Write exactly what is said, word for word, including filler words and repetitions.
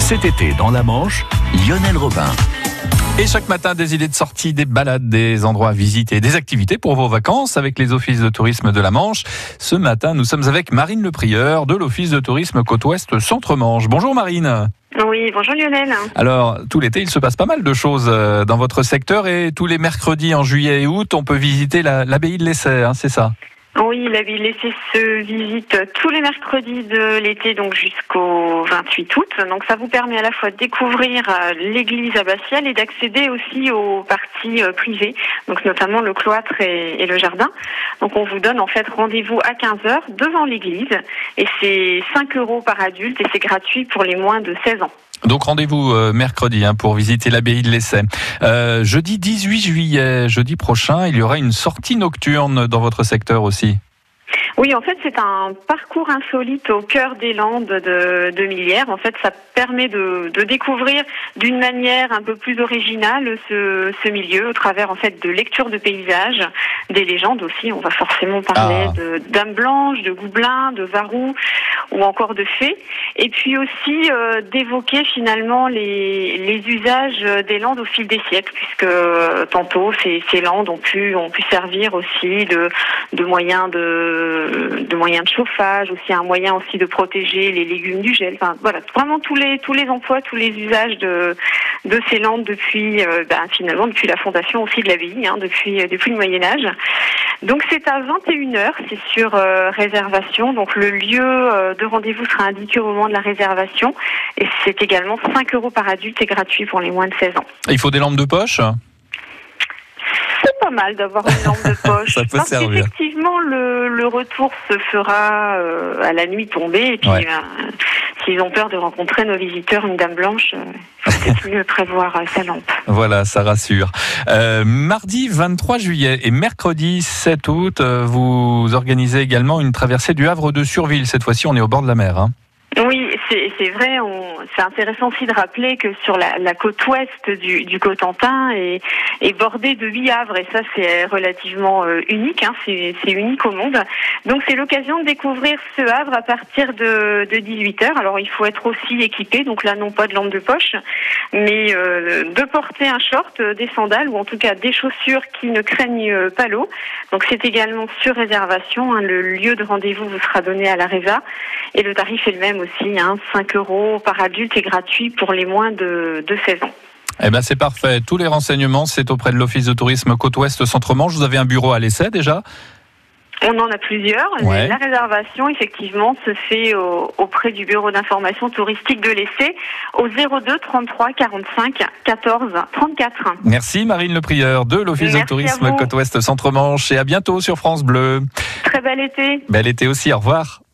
Cet été, dans la Manche, Lionel Robin. Et chaque matin, des idées de sortie, des balades, des endroits à visiter, des activités pour vos vacances avec les offices de tourisme de la Manche. Ce matin, nous sommes avec Marine Le Prieur de l'office de tourisme Côte-Ouest Centre-Manche. Bonjour Marine. Oui, bonjour Lionel. Alors, tout l'été, il se passe pas mal de choses dans votre secteur et tous les mercredis en juillet et août, on peut visiter la, l'abbaye de l'Essai, hein, c'est ça ? Oui, l'abbaye de l'Essai se visite tous les mercredis de l'été, donc jusqu'au vingt-huit août. Donc ça vous permet à la fois de découvrir l'église abbatiale et d'accéder aussi aux parties privées, donc notamment le cloître et, et le jardin. Donc on vous donne en fait rendez-vous à quinze heures devant l'église et c'est cinq euros par adulte et c'est gratuit pour les moins de seize ans. Donc rendez-vous euh, mercredi hein, pour visiter l'abbaye de l'Essai. Euh, jeudi dix-huit juillet, jeudi prochain, il y aura une sortie nocturne dans votre secteur aussi. Oui, en fait, c'est un parcours insolite au cœur des Landes de, de Millières. En fait, ça permet de, de découvrir d'une manière un peu plus originale ce, ce milieu au travers en fait de lectures de paysages, des légendes aussi. On va forcément parler ah. de dames blanches, de gobelins, de varous ou encore de fées. Et puis aussi euh, d'évoquer finalement les, les usages des Landes au fil des siècles, puisque euh, tantôt ces, ces Landes ont pu, ont pu servir aussi de, de moyens de de moyens de chauffage, aussi un moyen aussi de protéger les légumes du gel. Enfin voilà, vraiment tous les tous les emplois, tous les usages de de ces Landes depuis euh, ben, finalement depuis la fondation aussi de l'abbaye, hein, depuis depuis le Moyen Âge. Donc c'est à vingt et une heures, c'est sur euh, réservation. Donc le lieu euh, de rendez-vous sera indiqué au moment de la réservation et c'est également cinq euros par adulte et gratuit pour les moins de seize ans. Il faut des lampes de poche ? C'est pas mal d'avoir une lampe de poche. Ça peut parce servir. qu'effectivement, le, le retour se fera euh, à la nuit tombée. Et puis, ouais. euh, s'ils ont peur de rencontrer nos visiteurs, une dame blanche, il euh, faut peut-être mieux prévoir euh, sa lampe. Voilà, ça rassure. Euh, mardi vingt-trois juillet et mercredi sept août, euh, vous organisez également une traversée du Havre de Surville. Cette fois-ci, on est au bord de la mer. Hein. Oui, c'est, c'est vrai. On, c'est intéressant aussi de rappeler que sur la, la côte ouest du, du Cotentin est, est bordée de huit havres et ça c'est relativement euh, unique. Hein, c'est, c'est unique au monde. Donc c'est l'occasion de découvrir ce havre à partir de, de dix-huit heures. Alors il faut être aussi équipé. Donc là non pas de lampe de poche, mais euh, de porter un short, des sandales ou en tout cas des chaussures qui ne craignent pas l'eau. Donc c'est également sur réservation. Hein, le lieu de rendez-vous vous sera donné à la Résa et le tarif est le même aussi, hein, cinq euros par adulte et gratuit pour les moins de, de seize ans. Eh ben c'est parfait. Tous les renseignements, c'est auprès de l'Office de tourisme Côte-Ouest Centre-Manche. Vous avez un bureau à l'Essai déjà ? On en a plusieurs. Ouais. La réservation, effectivement, se fait au, auprès du bureau d'information touristique de l'Essai au zéro deux trente-trois quarante-cinq quatorze trente-quatre. Merci Marine Le Prieur de l'Office Merci de tourisme Côte-Ouest Centre-Manche et à bientôt sur France Bleu. Très bel été. Bel été aussi, au revoir.